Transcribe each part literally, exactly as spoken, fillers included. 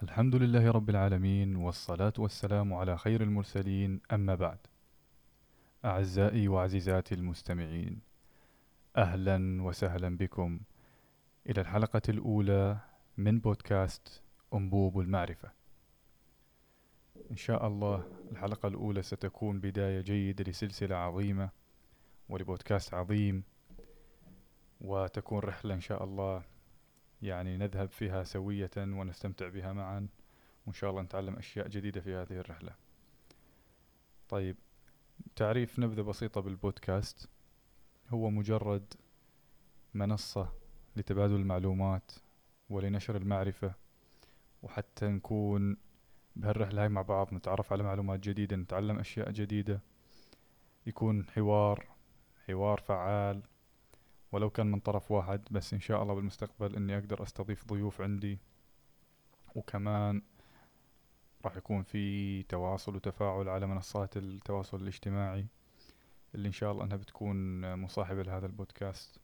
الحمد لله رب العالمين، والصلاة والسلام على خير المرسلين، أما بعد. أعزائي وعزيزاتي المستمعين، أهلا وسهلا بكم إلى الحلقة الأولى من بودكاست أنبوب المعرفة. إن شاء الله الحلقة الأولى ستكون بداية جيدة لسلسلة عظيمة ولبودكاست عظيم، وتكون رحلة إن شاء الله يعني نذهب فيها سوية ونستمتع بها معا، وإن شاء الله نتعلم أشياء جديدة في هذه الرحلة. طيب، تعريف نبذة بسيطة بالبودكاست: هو مجرد منصة لتبادل المعلومات ولنشر المعرفة، وحتى نكون بهالرحلة هاي مع بعض، نتعرف على معلومات جديدة، نتعلم أشياء جديدة، يكون حوار حوار فعال ولو كان من طرف واحد، بس إن شاء الله بالمستقبل إني أقدر أستضيف ضيوف عندي، وكمان راح يكون في تواصل وتفاعل على منصات التواصل الاجتماعي اللي إن شاء الله أنها بتكون مصاحبة لهذا البودكاست.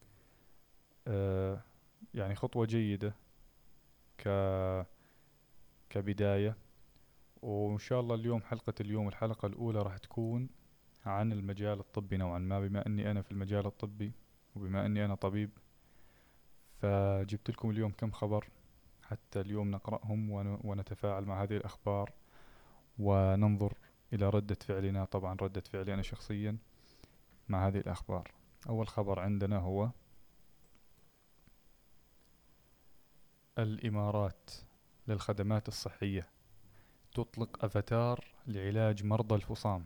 آه يعني خطوة جيدة ك كبداية. وإن شاء الله اليوم حلقة اليوم الحلقة الأولى راح تكون عن المجال الطبي نوعا ما، بما أني أنا في المجال الطبي وبما أني أنا طبيب، فجبت لكم اليوم كم خبر حتى اليوم نقرأهم ون- ونتفاعل مع هذه الأخبار وننظر إلى ردة فعلنا، طبعا ردة فعلي أنا شخصيا مع هذه الأخبار. أول خبر عندنا هو الإمارات للخدمات الصحية تطلق أفاتار لعلاج مرضى الفصام.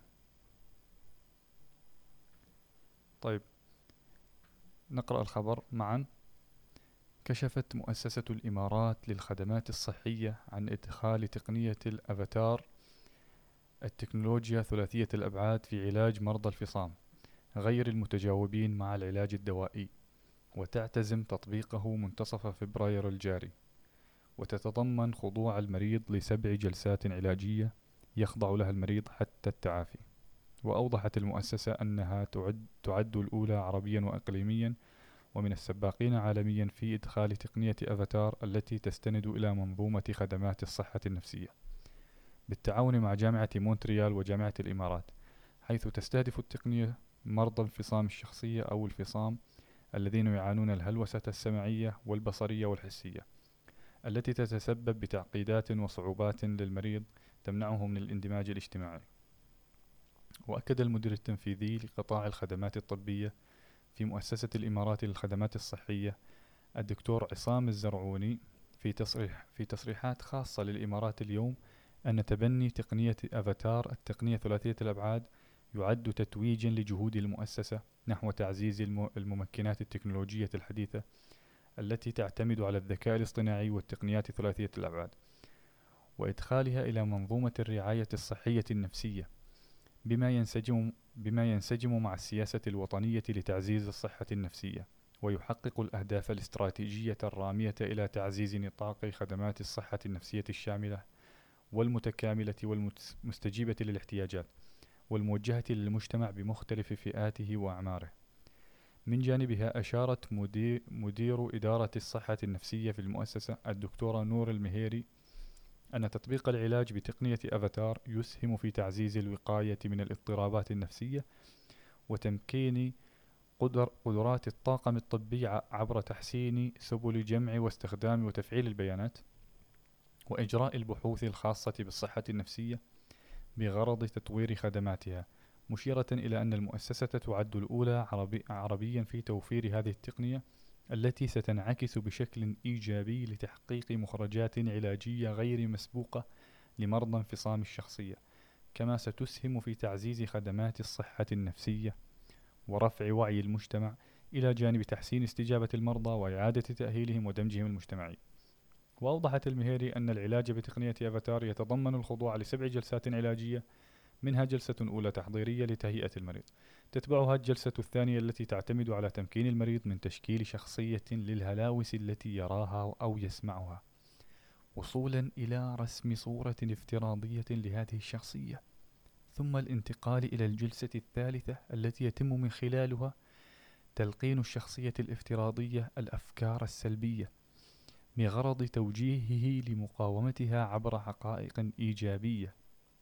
طيب، نقرأ الخبر معا. كشفت مؤسسة الإمارات للخدمات الصحية عن إدخال تقنية الأفاتار، التكنولوجيا ثلاثية الأبعاد، في علاج مرضى الفصام غير المتجاوبين مع العلاج الدوائي، وتعتزم تطبيقه منتصف فبراير الجاري، وتتضمن خضوع المريض لسبع جلسات علاجية يخضع لها المريض حتى التعافي. وأوضحت المؤسسة أنها تعد, تعد الأولى عربيا وإقليميا ومن السباقين عالميا في إدخال تقنية أفاتار التي تستند إلى منظومة خدمات الصحة النفسية بالتعاون مع جامعة مونتريال وجامعة الإمارات، حيث تستهدف التقنية مرضى انفصام الشخصية أو الفصام الذين يعانون الهلوسة السمعية والبصرية والحسية، التي تتسبب بتعقيدات وصعوبات للمريض تمنعه من الاندماج الاجتماعي. وأكد المدير التنفيذي لقطاع الخدمات الطبية في مؤسسة الإمارات للخدمات الصحية الدكتور عصام الزرعوني في تصريح في تصريحات خاصة للإمارات اليوم أن تبني تقنية أفاتار التقنية ثلاثية الأبعاد يعد تتويجا لجهود المؤسسة نحو تعزيز الممكنات التكنولوجية الحديثة التي تعتمد على الذكاء الاصطناعي والتقنيات ثلاثية الأبعاد، وإدخالها إلى منظومة الرعاية الصحية النفسية، بما ينسجم بما ينسجم مع السياسة الوطنية لتعزيز الصحة النفسية، ويحقق الأهداف الاستراتيجية الرامية إلى تعزيز نطاق خدمات الصحة النفسية الشاملة والمتكاملة والمستجيبة للاحتياجات والموجهة للمجتمع بمختلف فئاته وأعماره. من جانبها، أشارت مدير, مدير إدارة الصحة النفسية في المؤسسة الدكتورة نور المهيري أن تطبيق العلاج بتقنية أفاتار يسهم في تعزيز الوقاية من الاضطرابات النفسية وتمكين قدر قدرات الطاقم الطبي عبر تحسين سبل جمع واستخدام وتفعيل البيانات وإجراء البحوث الخاصة بالصحة النفسية بغرض تطوير خدماتها، مشيرة إلى أن المؤسسة تعد الأولى عربي عربيا في توفير هذه التقنية التي ستنعكس بشكل إيجابي لتحقيق مخرجات علاجية غير مسبوقة لمرضى انفصام الشخصية، كما ستسهم في تعزيز خدمات الصحة النفسية ورفع وعي المجتمع إلى جانب تحسين استجابة المرضى وإعادة تأهيلهم ودمجهم المجتمعي. وأوضحت المهيري أن العلاج بتقنية أفاتار يتضمن الخضوع لسبع جلسات علاجية، منها جلسة أولى تحضيرية لتهيئة المريض، تتبعها الجلسة الثانية التي تعتمد على تمكين المريض من تشكيل شخصية للهلاوس التي يراها أو يسمعها، وصولا إلى رسم صورة افتراضية لهذه الشخصية، ثم الانتقال إلى الجلسة الثالثة التي يتم من خلالها تلقين الشخصية الافتراضية الأفكار السلبية بغرض توجيهه لمقاومتها عبر حقائق إيجابية.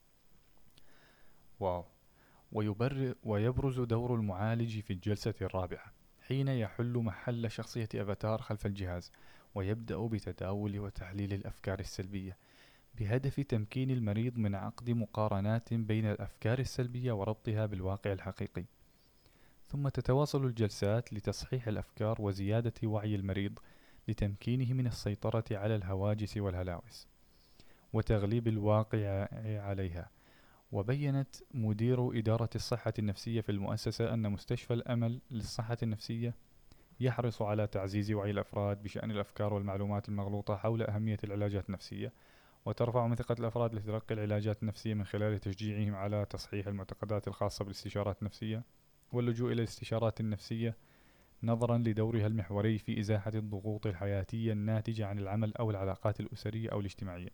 واو. ويبرر ويبرز دور المعالج في الجلسة الرابعة حين يحل محل شخصية أفاتار خلف الجهاز، ويبدأ بتداول وتحليل الأفكار السلبية بهدف تمكين المريض من عقد مقارنات بين الأفكار السلبية وربطها بالواقع الحقيقي. ثم تتواصل الجلسات لتصحيح الأفكار وزيادة وعي المريض لتمكينه من السيطرة على الهواجس والهلاوس وتغليب الواقع عليها. وبيّنت مدير إدارة الصحة النفسية في المؤسسة أن مستشفى الأمل للصحة النفسية يحرص على تعزيز وعي الأفراد بشأن الأفكار والمعلومات المغلوطة حول أهمية العلاجات النفسية، وترفع من ثقة الأفراد لتلقي العلاجات النفسية من خلال تشجيعهم على تصحيح المعتقدات الخاصة بالاستشارات النفسية واللجوء إلى الاستشارات النفسية نظرا لدورها المحوري في إزاحة الضغوط الحياتية الناتجة عن العمل أو العلاقات الأسرية أو الاجتماعية.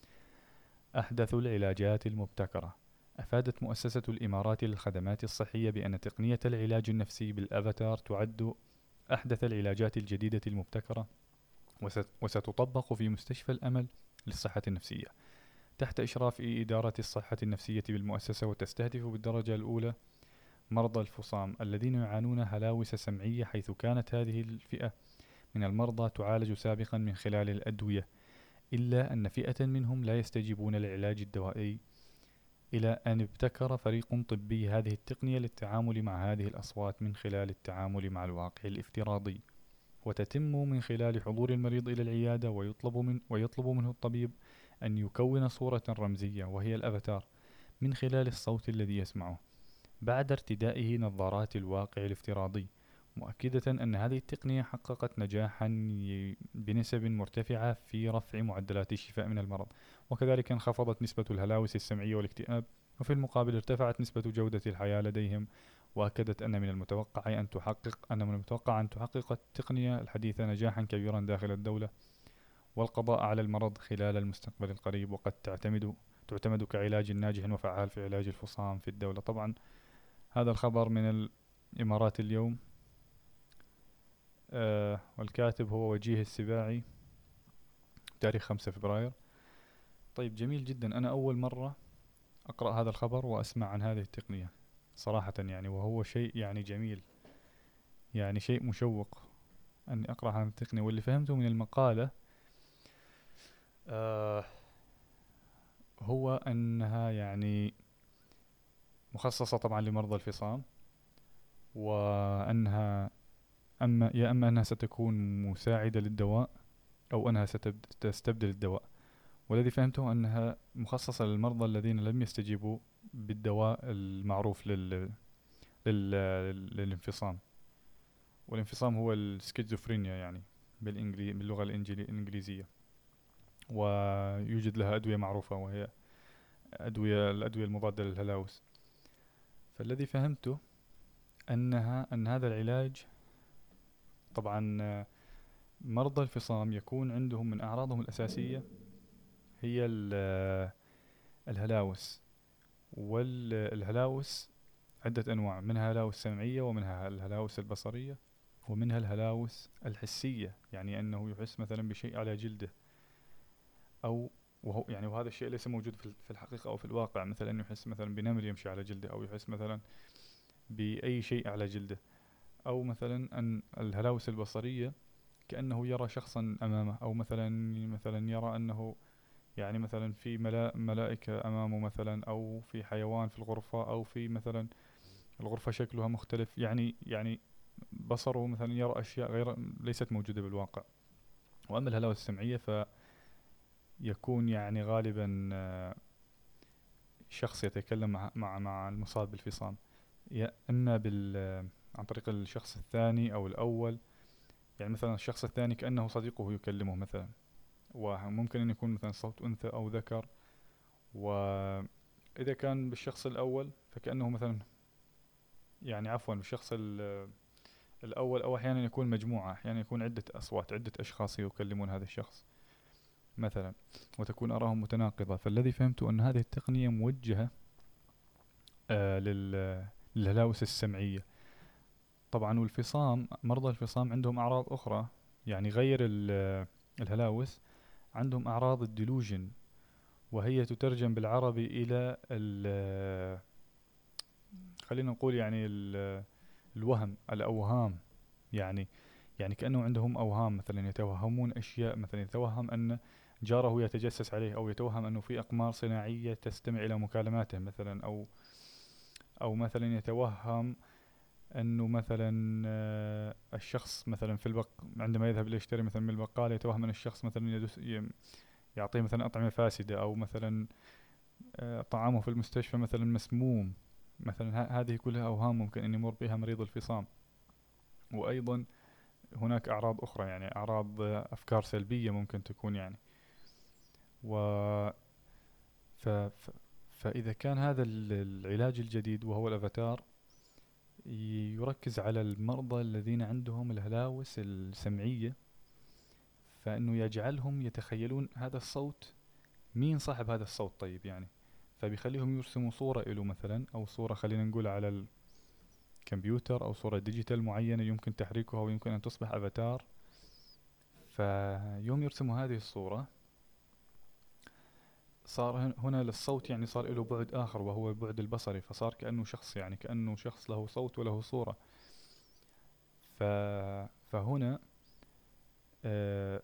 أحدث العلاجات المبتكرة. أفادت مؤسسة الإمارات للخدمات الصحية بأن تقنية العلاج النفسي بالأفاتار تعد أحدث العلاجات الجديدة المبتكرة، وستطبق في مستشفى الأمل للصحة النفسية تحت إشراف إدارة الصحة النفسية بالمؤسسة، وتستهدف بالدرجة الأولى مرضى الفصام الذين يعانون هلاوس سمعية، حيث كانت هذه الفئة من المرضى تعالج سابقا من خلال الأدوية، إلا أن فئة منهم لا يستجيبون للعلاج الدوائي، إلى أن ابتكر فريق طبي هذه التقنية للتعامل مع هذه الأصوات من خلال التعامل مع الواقع الافتراضي، وتتم من خلال حضور المريض إلى العيادة ويطلب, من ويطلب منه الطبيب أن يكون صورة رمزية وهي الأفاتار من خلال الصوت الذي يسمعه بعد ارتدائه نظارات الواقع الافتراضي، مؤكدة أن هذه التقنية حققت نجاحا بنسب مرتفعة في رفع معدلات الشفاء من المرض، وكذلك انخفضت نسبة الهلاوس السمعية والاكتئاب، وفي المقابل ارتفعت نسبة جودة الحياة لديهم. وأكدت أن من المتوقع أن تحقق أن من المتوقع أن تحقق التقنية الحديثة نجاحا كبيرا داخل الدولة والقضاء على المرض خلال المستقبل القريب، وقد تعتمد تعتمد كعلاج ناجح وفعال في علاج الفصام في الدولة. طبعا هذا الخبر من الإمارات اليوم، آه والكاتب هو وجيه السباعي، تاريخ خمسة فبراير. طيب جميل جدا، أنا أول مرة أقرأ هذا الخبر وأسمع عن هذه التقنية صراحة يعني، وهو شيء يعني جميل، يعني شيء مشوق أني أقرأ عن التقنية. واللي فهمته من المقالة آه هو أنها يعني مخصصة طبعا لمرضى الفصام، وأنها أما يا أما أنها ستكون مساعدة للدواء أو أنها ستستبدل الدواء، والذي فهمته أنها مخصصة للمرضى الذين لم يستجيبوا بالدواء المعروف لل... لل... للانفصام. والانفصام هو السكيزوفرينيا يعني بالإنجلي... باللغة الإنجليزية، ويوجد لها أدوية معروفة وهي أدوية الأدوية المضادة للهلاوس. فالذي فهمته أنها أن هذا العلاج طبعا مرضى الفصام يكون عندهم من أعراضهم الأساسية هي الهلاوس، والهلاوس عدة أنواع، منها هلاوس سمعية ومنها الهلاوس البصرية ومنها الهلاوس الحسية، يعني أنه يحس مثلا بشيء على جلده، أو وهو يعني وهذا الشيء ليس موجود في الحقيقة أو في الواقع، مثلا أنه يحس مثلا بنمر يمشي على جلده، أو يحس مثلا بأي شيء على جلده، أو مثلا أن الهلاوس البصرية كأنه يرى شخصا أمامه، أو مثلا مثلا يرى أنه يعني مثلا في ملا ملائكة أمامه مثلا، أو في حيوان في الغرفة، أو في مثلا الغرفة شكلها مختلف، يعني يعني بصره مثلا يرى أشياء غير ليست موجودة بالواقع. وأما الهلاوس السمعية فيكون يعني غالبا شخص يتكلم مع مع, مع المصاب بالفصام، يا إما بال عن طريق الشخص الثاني أو الأول، يعني مثلا الشخص الثاني كأنه صديقه يكلمه مثلا، وممكن أن يكون مثلا صوت أنثى أو ذكر. وإذا كان بالشخص الأول فكأنه مثلا يعني عفوا بالشخص الأول، أو أحيانا يكون مجموعة، أحيانا يكون عدة أصوات، عدة أشخاص يكلمون هذا الشخص مثلا، وتكون آراءهم متناقضة. فالذي فهمته أن هذه التقنية موجهة آه للهلاوس السمعية طبعا. والفصام مرضى الفصام عندهم أعراض أخرى، يعني غير الهلاوس عندهم أعراض الديلوجن، وهي تترجم بالعربي إلى ال- خلينا نقول يعني ال- الوهم، الأوهام. يعني يعني كأنه عندهم أوهام، مثلا يتوهمون أشياء، مثلا يتوهم أن جاره يتجسس عليه، أو يتوهم أنه في أقمار صناعية تستمع إلى مكالماته مثلا، أو أو مثلا يتوهم أنه مثلا آه، الشخص مثلا في البق عندما يذهب ليشتري مثلا من البقالة، يتوهم أن الشخص مثلا يدس ي- يعطيه مثلا أطعمة فاسدة، أو مثلا آه، طعامه في المستشفى مثلا مسموم. مثلا ه- هذه كلها أوهام ممكن أن يمر بها مريض الفصام. وأيضا هناك أعراض أخرى، يعني أعراض آه، أفكار سلبية ممكن تكون يعني. و ف... ف... فإذا كان هذا ال- العلاج الجديد وهو الأفاتار يركز على المرضى الذين عندهم الهلاوس السمعية، فإنه يجعلهم يتخيلون هذا الصوت، مين صاحب هذا الصوت طيب يعني. فبيخليهم يرسموا صورة إله مثلا، أو صورة خلينا نقول على الكمبيوتر، أو صورة ديجيتال معينة يمكن تحريكها ويمكن أن تصبح أفاتار. فيوم يرسموا هذه الصورة، صار هن- هنا للصوت يعني صار له بعد آخر، وهو البعد البصري، فصار كأنه شخص، يعني كأنه شخص له صوت وله صورة. ف... فهنا آه،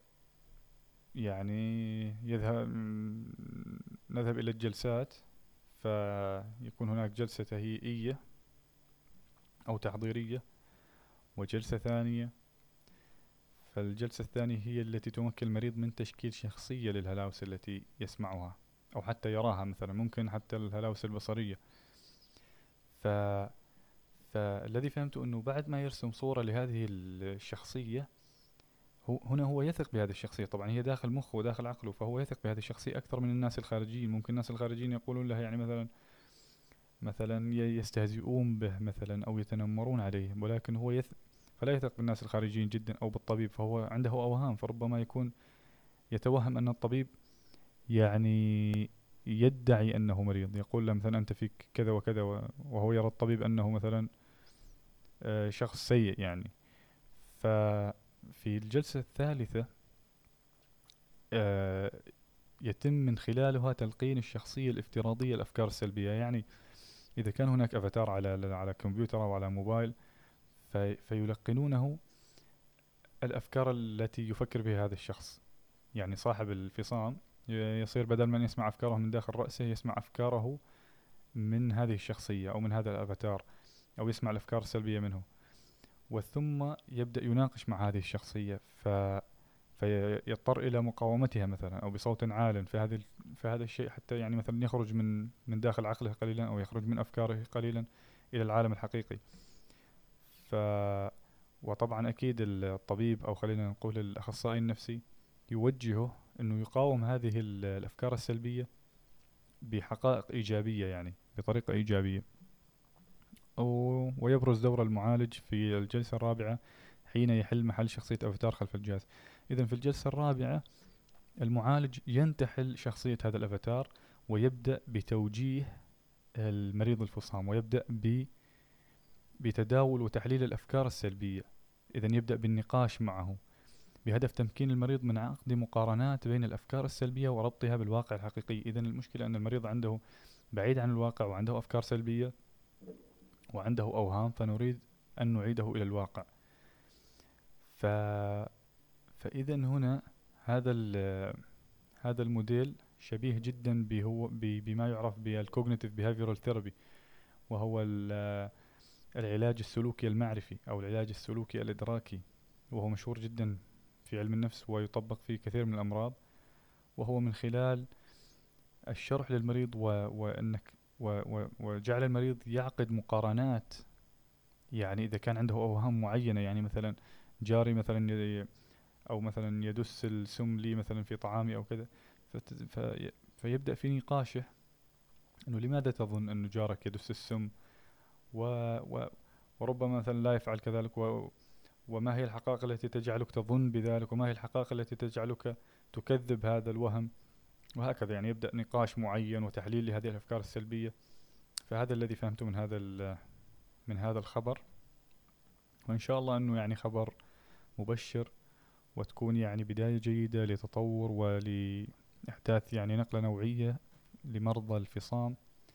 يعني يذهب نذهب إلى الجلسات، فيكون هناك جلسة تهيئية أو تحضيرية، وجلسة ثانية. فالجلسة الثانية هي التي تمكن المريض من تشكيل شخصية للهلاوس التي يسمعها أو حتى يراها، مثلا ممكن حتى الهلاوس البصرية. ف فالذي فهمته أنه بعد ما يرسم صورة لهذه الشخصية، هو هنا هو يثق بهذه الشخصية. طبعا هي داخل مخه وداخل عقله، فهو يثق بهذه الشخصية أكثر من الناس الخارجيين. ممكن الناس الخارجيين يقولون له يعني مثلا مثلا ي- يستهزئون به مثلا، أو يتنمرون عليه، ولكن هو يثق، فلا يثق بالناس الخارجيين جدا أو بالطبيب، فهو عنده أوهام. فربما يكون يتوهم أن الطبيب يعني يدعي أنه مريض، يقول له مثلا أنت فيك كذا وكذا، و- وهو يرى الطبيب أنه مثلا آه، شخص سيء يعني. ففي الجلسة الثالثة آه، يتم من خلالها تلقين الشخصية الافتراضية الأفكار السلبية. يعني إذا كان هناك أفاتار على على كمبيوتر أو على موبايل، في فيلقنونه الأفكار التي يفكر بها هذا الشخص. يعني صاحب الفصام ي- يصير بدل ما يسمع أفكاره من داخل رأسه، يسمع أفكاره من هذه الشخصية أو من هذا الأفاتار، أو يسمع الأفكار السلبية منه، وثم يبدأ يناقش مع هذه الشخصية. ف فيضطر إلى مقاومتها مثلا، أو بصوت عال في هذه في هذا الشيء، حتى يعني مثلا يخرج من من داخل عقله قليلا، أو يخرج من أفكاره قليلا إلى العالم الحقيقي. ف وطبعا أكيد الطبيب، أو خلينا نقول الأخصائي النفسي، يوجهه أنه يقاوم هذه ال- الأفكار السلبية بحقائق إيجابية، يعني بطريقة إيجابية. و- ويبرز دور المعالج في الجلسة الرابعة حين يحل محل شخصية أفاتار خلف الجهاز. إذا في الجلسة الرابعة المعالج ينتحل شخصية هذا الأفاتار، ويبدأ بتوجيه المريض الفصام، ويبدأ ب بتداول وتحليل الأفكار السلبية. إذا يبدأ بالنقاش معه بهدف تمكين المريض من عقد مقارنات بين الأفكار السلبية وربطها بالواقع الحقيقي. إذا المشكلة أن المريض عنده بعيد عن الواقع، وعنده أفكار سلبية، وعنده أوهام، فنريد أن نعيده إلى الواقع. ف... فإذا هنا هذا ال... هذا الموديل شبيه جدا بهو ب... بما يعرف بالكوجنيتيف behavioral ثيرابي، وهو ال... العلاج السلوكي المعرفي أو العلاج السلوكي الإدراكي، وهو مشهور جدا في علم النفس ويطبق في كثير من الأمراض. وهو من خلال الشرح للمريض و... وأنك و... و... وجعل المريض يعقد مقارنات. يعني إذا كان عنده أوهام معينة، يعني مثلا جاري مثلا ي- أو مثلا يدس السم لي مثلا في طعامي أو كذا، فت... في... فيبدأ في نقاشه أنه لماذا تظن أن جارك يدس السم، و... و... وربما مثلا لا يفعل كذلك، و... وما هي الحقائق التي تجعلك تظن بذلك، وما هي الحقائق التي تجعلك تكذب هذا الوهم، وهكذا. يعني يبدأ نقاش معين وتحليل لهذه الأفكار السلبية. فهذا الذي فهمته من هذا ال- من هذا الخبر، وإن شاء الله أنه يعني خبر مبشر، وتكون يعني بداية جيدة لتطور ولإحداث يعني نقلة نوعية لمرضى الفصام،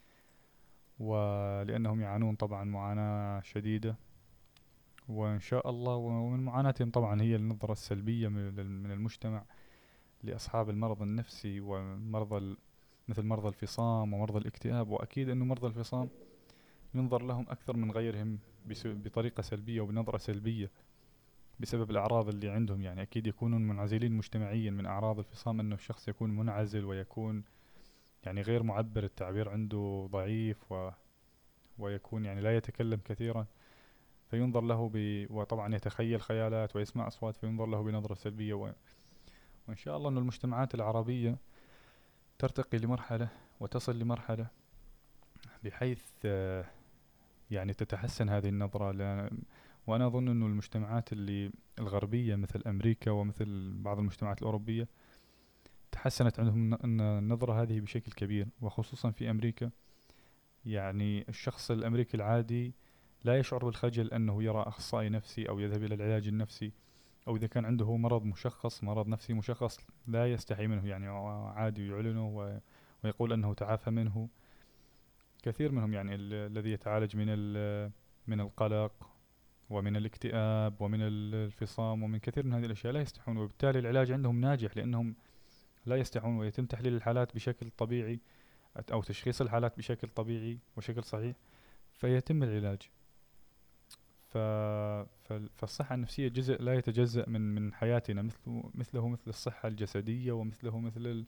ولأنهم يعانون طبعا معاناة شديدة. وإن شاء الله، ومن معاناتهم طبعا هي النظرة السلبية من من المجتمع لأصحاب المرض النفسي ومرضى ال- مثل مرضى الفصام ومرضى الاكتئاب. وأكيد أنه مرضى الفصام ينظر لهم أكثر من غيرهم بس- بطريقة سلبية وبنظرة سلبية بسبب الأعراض اللي عندهم. يعني أكيد يكونون منعزلين مجتمعيا. من أعراض الفصام أنه الشخص يكون منعزل ويكون يعني غير معبر، التعبير عنده ضعيف و ويكون يعني لا يتكلم كثيرا، فينظر له ب... وطبعا يتخيل خيالات ويسمع أصوات، فينظر له بنظرة سلبية. و... وإن شاء الله أن المجتمعات العربية ترتقي لمرحلة وتصل لمرحلة بحيث آه، يعني تتحسن هذه النظرة. لأن وأنا أظن أن المجتمعات اللي الغربية مثل أمريكا ومثل بعض المجتمعات الأوروبية تحسنت عندهم الن- النظرة هذه بشكل كبير، وخصوصا في أمريكا. يعني الشخص الأمريكي العادي لا يشعر بالخجل أنه يرى أخصائي نفسي أو يذهب إلى العلاج النفسي، أو إذا كان عنده مرض مشخص، مرض نفسي مشخص، لا يستحي منه، يعني عادي يعلنه و- ويقول أنه تعافى منه. كثير منهم يعني ال- الذي يتعالج من ال- من القلق ومن الاكتئاب ومن ال- الفصام ومن كثير من هذه الأشياء لا يستحون، وبالتالي العلاج عندهم ناجح لأنهم لا يستحون، ويتم تحليل الحالات بشكل طبيعي أو تشخيص الحالات بشكل طبيعي وشكل صحيح، فيتم العلاج. ف... فال- فالصحة النفسية جزء لا يتجزأ من من حياتنا، مثله مثله مثل الصحة الجسدية، ومثله مثل ال...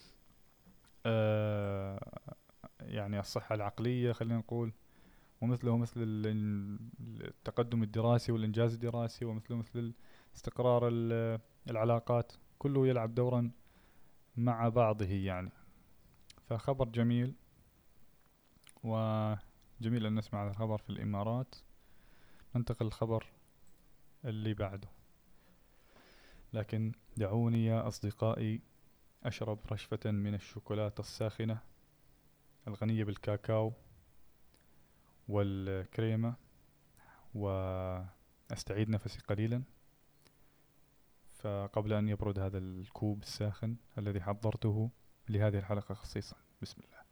آه يعني الصحة العقلية خلينا نقول، ومثله مثل ال- التقدم الدراسي والإنجاز الدراسي، ومثله مثل استقرار ال- العلاقات، كله يلعب دورا مع بعضه يعني. فخبر جميل، وجميل أن نسمع هذا الخبر في الإمارات. ننتقل للخبر اللي بعده، لكن دعوني يا أصدقائي أشرب رشفة من الشوكولاتة الساخنة الغنية بالكاكاو والكريمة، وأستعيد نفسي قليلا. فقبل أن يبرد هذا الكوب الساخن الذي حضرته لهذه الحلقة خصيصا، بسم الله.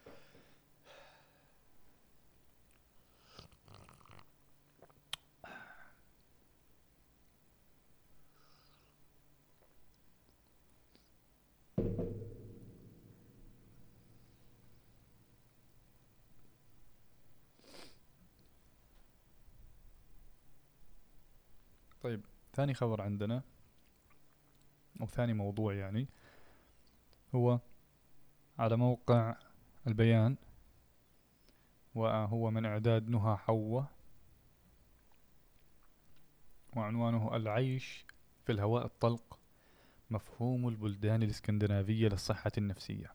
طيب، ثاني خبر عندنا أو ثاني موضوع يعني هو على موقع البيان، وهو من إعداد نهى حوة، وعنوانه العيش في الهواء الطلق، مفهوم البلدان الإسكندنافية للصحة النفسية.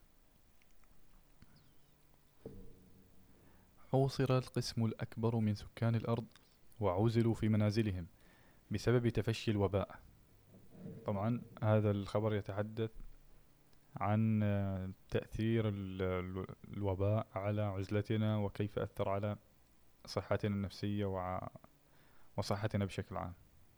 حوصر القسم الأكبر من سكان الأرض وعُزلوا في منازلهم بسبب تفشي الوباء. طبعا هذا الخبر يتحدث عن آه، تأثير ال- ال- الوباء على عزلتنا، وكيف أثر على صحتنا النفسية وع- وصحتنا بشكل عام.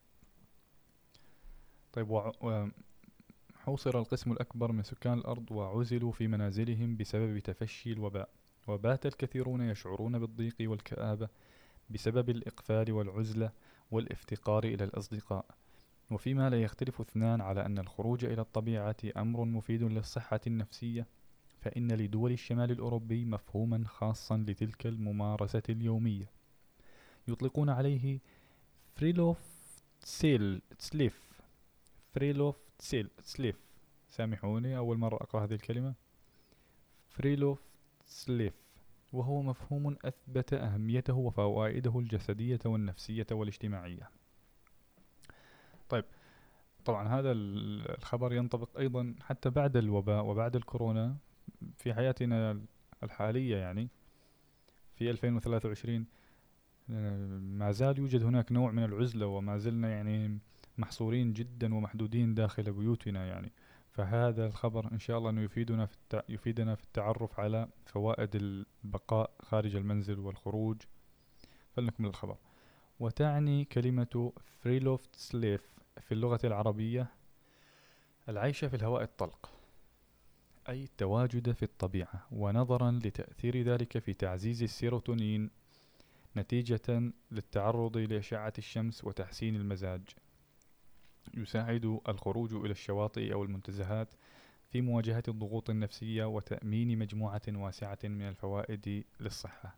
طيب، وع- و- حوصر القسم الأكبر من سكان الأرض وعُزلوا في منازلهم بسبب تفشي الوباء، وبات الكثيرون يشعرون بالضيق والكآبة بسبب الإقفال والعزلة والافتقار إلى الأصدقاء. وفيما لا يختلف اثنان على أن الخروج إلى الطبيعة أمر مفيد للصحة النفسية، فإن لدول الشمال الأوروبي مفهوما خاصا لتلك الممارسة اليومية يطلقون عليه فريلوف سيل سليف فريلوف سيل سليف سامحوني، أول مرة أقرأ هذه الكلمة، فريلوف سليف. وهو مفهوم أثبت أهميته وفوائده الجسدية والنفسية والاجتماعية. طيب، طبعا هذا الخبر ينطبق أيضا حتى بعد الوباء وبعد الكورونا في حياتنا الحالية. يعني في ألفين وثلاثة وعشرين آه، ما زال يوجد هناك نوع من العزلة، وما زلنا يعني محصورين جدا ومحدودين داخل بيوتنا يعني. فهذا الخبر إن شاء الله أنه يفيدنا في التع... يفيدنا في التعرف على فوائد البقاء خارج المنزل والخروج. فلنكمل الخبر. وتعني كلمة فريلوفت سليف في اللغة العربية العيش في الهواء الطلق، أي التواجد في الطبيعة، ونظرا لتأثير ذلك في تعزيز السيروتونين نتيجة للتعرض لأشعة الشمس وتحسين المزاج، يساعد الخروج إلى الشواطئ أو المنتزهات في مواجهة الضغوط النفسية وتأمين مجموعة واسعة من الفوائد للصحة.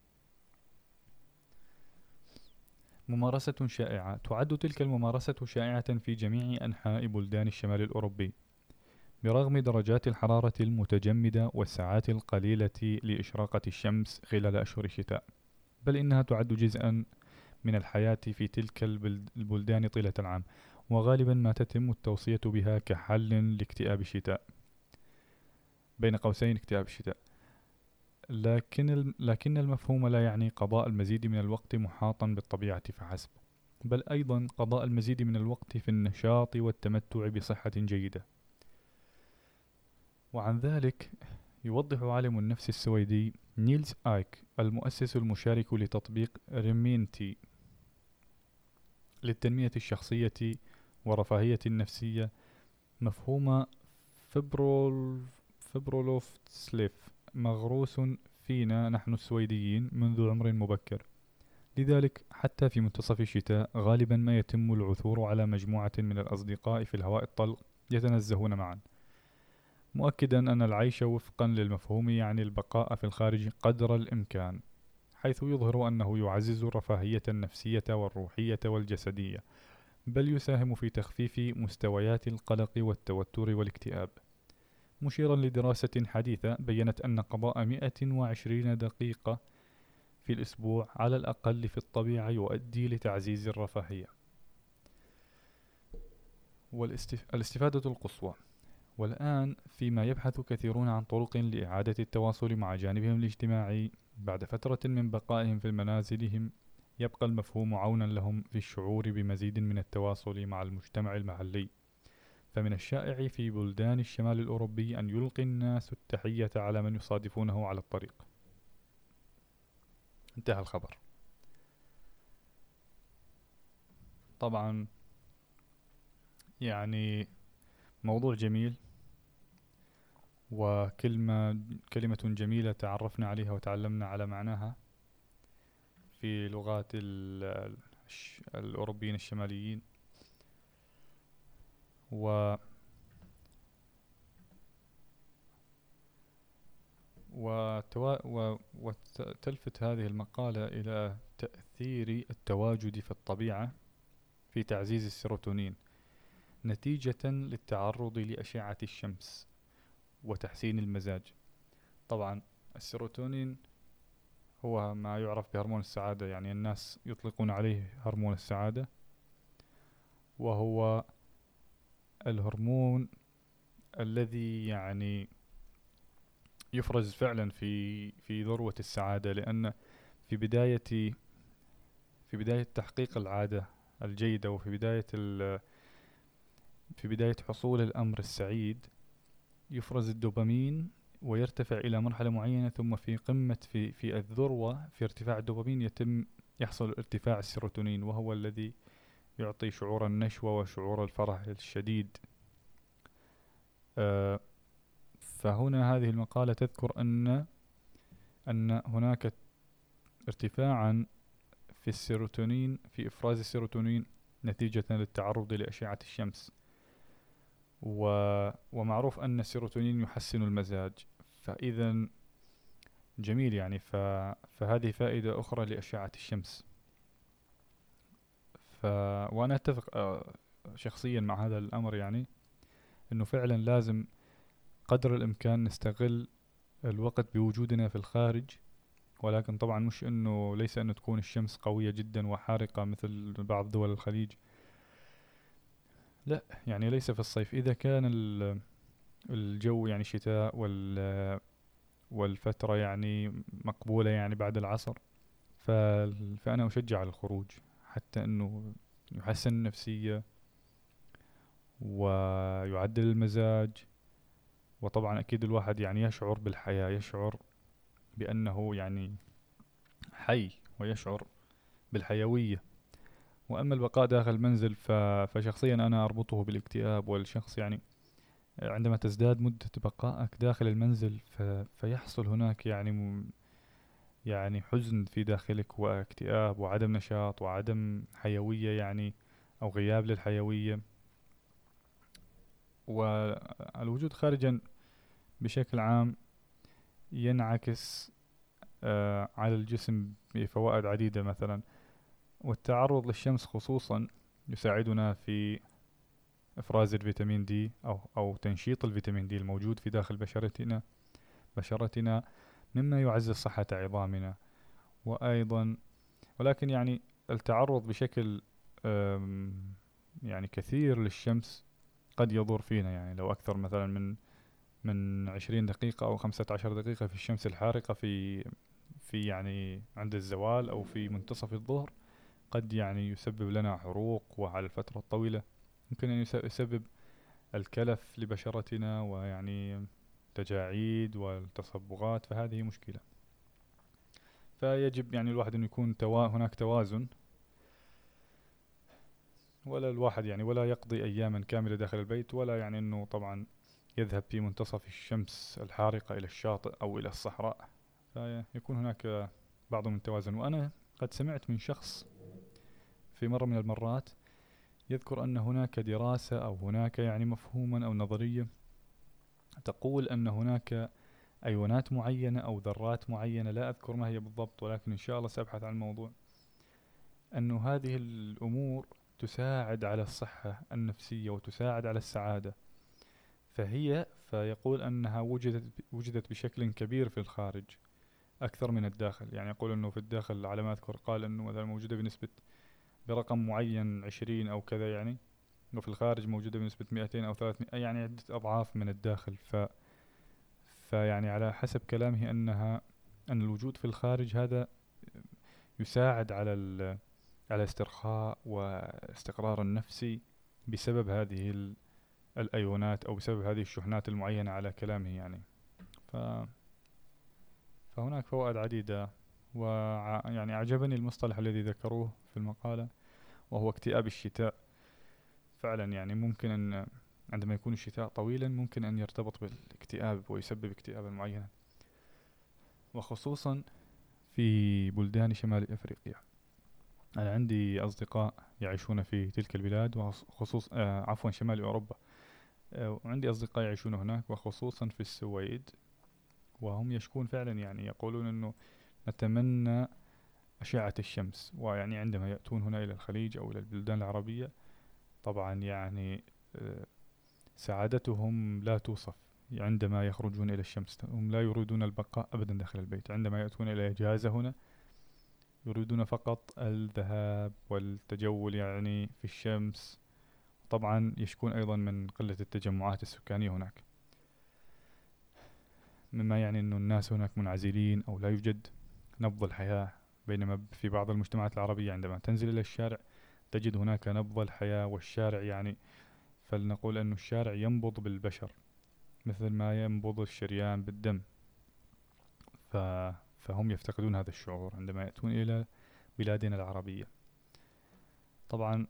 ممارسة شائعة. تعد تلك الممارسة شائعة في جميع أنحاء بلدان الشمال الأوروبي برغم درجات الحرارة المتجمدة والساعات القليلة لإشراقة الشمس خلال أشهر الشتاء، بل إنها تعد جزءا من الحياة في تلك البلدان طيلة العام، وغالبا ما تتم التوصية بها كحل لاكتئاب الشتاء، بين قوسين اكتئاب الشتاء. لكن لكن المفهوم لا يعني قضاء المزيد من الوقت محاطا بالطبيعة فحسب، بل أيضا قضاء المزيد من الوقت في النشاط والتمتع بصحة جيدة. وعن ذلك يوضح عالم النفس السويدي نيلز آيك المؤسس المشارك لتطبيق ريمينتي للتنمية الشخصية ورفاهية النفسية مفهوم فبرول فبرولوف سليف مغروس فينا نحن السويديين منذ عمر مبكر، لذلك حتى في منتصف الشتاء غالبا ما يتم العثور على مجموعة من الأصدقاء في الهواء الطلق يتنزهون معا، مؤكدا أن العيش وفقا للمفهوم يعني البقاء في الخارج قدر الإمكان، حيث يظهر أنه يعزز الرفاهية النفسية والروحية والجسدية، بل يساهم في تخفيف مستويات القلق والتوتر والاكتئاب، مشيرا لدراسة حديثة بيّنت أن قضاء مئة وعشرين دقيقة في الأسبوع على الأقل في الطبيعة يؤدي لتعزيز الرفاهية. والاستفادة القصوى. والآن فيما يبحث كثيرون عن طرق لإعادة التواصل مع جانبهم الاجتماعي بعد فترة من بقائهم في منازلهم، يبقى المفهوم عونا لهم في الشعور بمزيد من التواصل مع المجتمع المحلي. فمن الشائع في بلدان الشمال الأوروبي أن يلقي الناس التحية على من يصادفونه على الطريق. انتهى الخبر. طبعا يعني موضوع جميل وكلمة كلمة جميلة تعرفنا عليها وتعلمنا على معناها في لغات الأوروبيين الشماليين، و وتوا... و... وتلفت هذه المقالة إلى تأثير التواجد في الطبيعة في تعزيز السيروتونين نتيجة للتعرض لأشعة الشمس وتحسين المزاج. طبعا السيروتونين هو ما يعرف بهرمون السعادة، يعني الناس يطلقون عليه هرمون السعادة، وهو الهرمون الذي يعني يفرز فعلا في في ذروة السعادة، لأن في بداية في بداية تحقيق العادة الجيدة وفي بداية في بداية حصول الأمر السعيد يفرز الدوبامين ويرتفع إلى مرحلة معينة، ثم في قمة في في الذروة في ارتفاع الدوبامين يتم يحصل ارتفاع السيروتونين، وهو الذي يعطي شعور النشوة وشعور الفرح الشديد. آه فهنا هذه المقالة تذكر أن أن هناك ارتفاعا في السيروتونين في إفراز السيروتونين نتيجة للتعرض لأشعة الشمس، و ومعروف أن السيروتونين يحسن المزاج، فإذا جميل يعني ف... فهذه فائدة أخرى لأشعة الشمس. ف... وأنا أتفق شخصيا مع هذا الأمر، يعني أنه فعلا لازم قدر الإمكان نستغل الوقت بوجودنا في الخارج، ولكن طبعا مش أنه ليس أن تكون الشمس قوية جدا وحارقة مثل بعض دول الخليج، لا، يعني ليس في الصيف. إذا كان الجو يعني شتاء وال والفترة يعني مقبولة يعني بعد العصر، فأنا أشجع على الخروج حتى أنه يحسن النفسية ويعدل المزاج، وطبعا أكيد الواحد يعني يشعر بالحياة، يشعر بأنه يعني حي ويشعر بالحيوية. وأما البقاء داخل المنزل ف... فشخصيا أنا أربطه بالاكتئاب. والشخص يعني عندما تزداد مدة بقائك داخل المنزل ف... فيحصل هناك يعني م... يعني حزن في داخلك واكتئاب وعدم نشاط وعدم حيوية يعني، أو غياب للحيوية. والوجود خارجا بشكل عام ينعكس آه، على الجسم بفوائد عديدة مثلا. والتعرض للشمس خصوصا يساعدنا في إفراز الفيتامين دي أو أو تنشيط الفيتامين دي الموجود في داخل بشرتنا بشرتنا مما يعزز صحة عظامنا. وأيضا ولكن يعني التعرض بشكل آم، يعني كثير للشمس قد يضر فينا، يعني لو أكثر مثلا من من عشرين دقيقة أو خمسة عشر دقيقة في الشمس الحارقة في في يعني عند الزوال أو في منتصف الظهر، قد يعني يسبب لنا حروق، وعلى الفترة الطويلة يمكن أن يس- يسبب الكلف لبشرتنا ويعني تجاعيد والتصبغات، فهذه مشكلة. فيجب يعني الواحد أن يكون توا هناك توازن، ولا الواحد يعني ولا يقضي أياما كاملة داخل البيت، ولا يعني أنه طبعا يذهب في منتصف الشمس الحارقة إلى الشاطئ أو إلى الصحراء. فيكون هناك بعض من التوازن. وأنا قد سمعت من شخص في مرة من المرات يذكر أن هناك دراسة أو هناك يعني مفهوما أو نظرية تقول أن هناك أيونات معينة أو ذرات معينة، لا أذكر ما هي بالضبط، ولكن إن شاء الله سأبحث عن الموضوع، أن هذه الأمور تساعد على الصحة النفسية وتساعد على السعادة. فهي فيقول أنها وجدت وجدت بشكل كبير في الخارج أكثر من الداخل. يعني يقول أنه في الداخل على ما أذكر قال أنه مثلا موجودة بنسبة برقم معين عشرين أو كذا يعني، وفي الخارج موجودة بنسبة مئتين أو ثلاثمائة، يعني عدة أضعاف من الداخل. ف فيعني على حسب كلامه أنها أن الوجود في الخارج هذا يساعد على ال على الاسترخاء والاستقرار النفسي بسبب هذه ال- الأيونات أو بسبب هذه الشحنات المعينة على كلامه يعني. ف فهناك فوائد عديدة. ويعني أعجبني المصطلح الذي ذكروه في المقالة، وهو اكتئاب الشتاء. فعلا يعني ممكن أن عندما يكون الشتاء طويلا ممكن أن يرتبط بالاكتئاب ويسبب اكتئابا معينا، وخصوصا في بلدان شمال أفريقيا. أنا عندي أصدقاء يعيشون في تلك البلاد، وخصوص آه عفوا شمال أوروبا. آه وعندي أصدقاء يعيشون هناك وخصوصا في السويد، وهم يشكون فعلا، يعني يقولون أنه نتمنى أشعة الشمس. ويعني عندما يأتون هنا إلى الخليج أو إلى البلدان العربية طبعا يعني آه، سعادتهم لا توصف عندما يخرجون إلى الشمس. هم لا يريدون البقاء أبدا داخل البيت، عندما يأتون إلى إجازة هنا يريدون فقط الذهاب والتجول يعني في الشمس. طبعا يشكون أيضا من قلة التجمعات السكانية هناك، مما يعني أن الناس هناك منعزلين أو لا يوجد نبض الحياة. بينما في بعض المجتمعات العربية عندما تنزل إلى الشارع تجد هناك نبض الحياة، والشارع يعني فلنقول أن الشارع ينبض بالبشر مثل ما ينبض الشريان بالدم. ف... فهم يفتقدون هذا الشعور عندما يأتون إلى بلادنا العربية. طبعا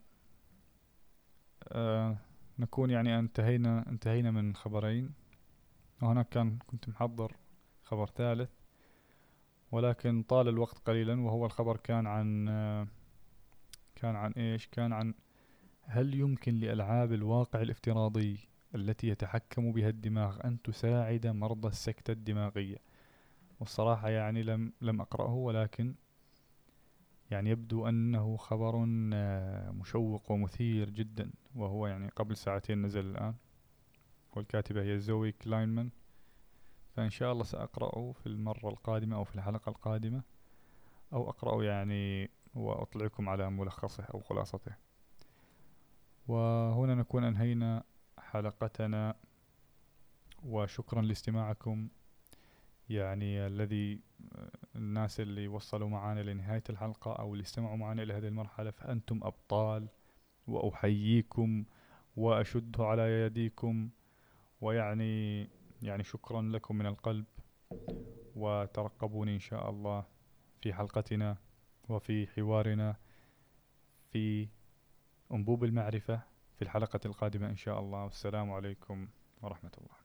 آه نكون يعني انتهينا انتهينا من خبرين، وهناك كان كنت محضر خبر ثالث ولكن طال الوقت قليلا. وهو الخبر كان عن آه كان عن ايش كان عن هل يمكن لألعاب الواقع الافتراضي التي يتحكم بها الدماغ أن تساعد مرضى السكتة الدماغية. والصراحة يعني لم لم أقرأه، ولكن يعني يبدو أنه خبر آه، مشوق ومثير جدا، وهو يعني قبل ساعتين نزل الآن، والكاتبة هي زوي كلاينمان. فإن شاء الله سأقرأه في المرة القادمة أو في الحلقة القادمة، أو أقرأه يعني وأطلعكم على ملخصه أو خلاصته. وهنا نكون أنهينا حلقتنا، وشكرا لاستماعكم. يعني الذي الناس اللي وصلوا معنا لنهاية الحلقة أو اللي استمعوا معنا إلى هذه المرحلة فأنتم أبطال، وأحييكم وأشد على يديكم. ويعني يعني شكرا لكم من القلب، وترقبوني إن شاء الله في حلقتنا وفي حوارنا في أنبوب المعرفة في الحلقة القادمة إن شاء الله. والسلام عليكم ورحمة الله.